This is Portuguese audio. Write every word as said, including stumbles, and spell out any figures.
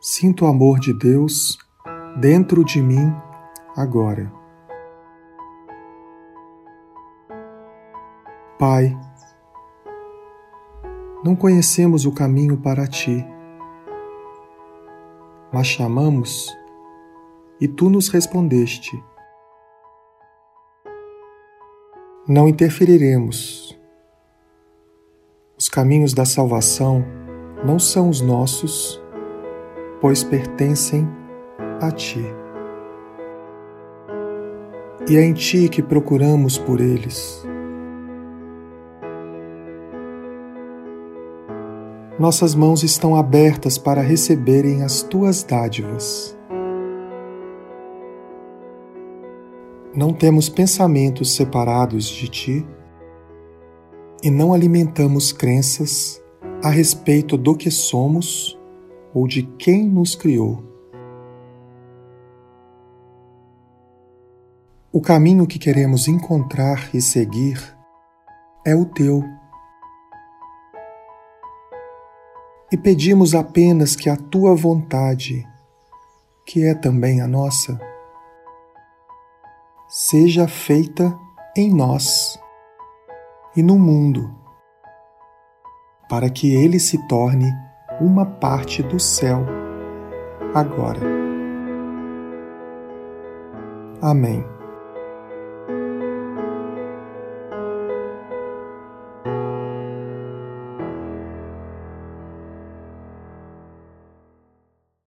Sinto o amor de Deus dentro de mim agora. Pai, não conhecemos o caminho para Ti, mas chamamos e Tu nos respondeste. Não interferiremos. Os caminhos da salvação não são os nossos, pois pertencem a Ti. E é em Ti que procuramos por eles. Nossas mãos estão abertas para receberem as Tuas dádivas. Não temos pensamentos separados de Ti e não alimentamos crenças a respeito do que somos ou de quem nos criou. O caminho que queremos encontrar e seguir é o Teu. E pedimos apenas que a Tua vontade, que é também a nossa, seja feita em nós e no mundo, para que ele se torne uma parte do céu agora. Amém.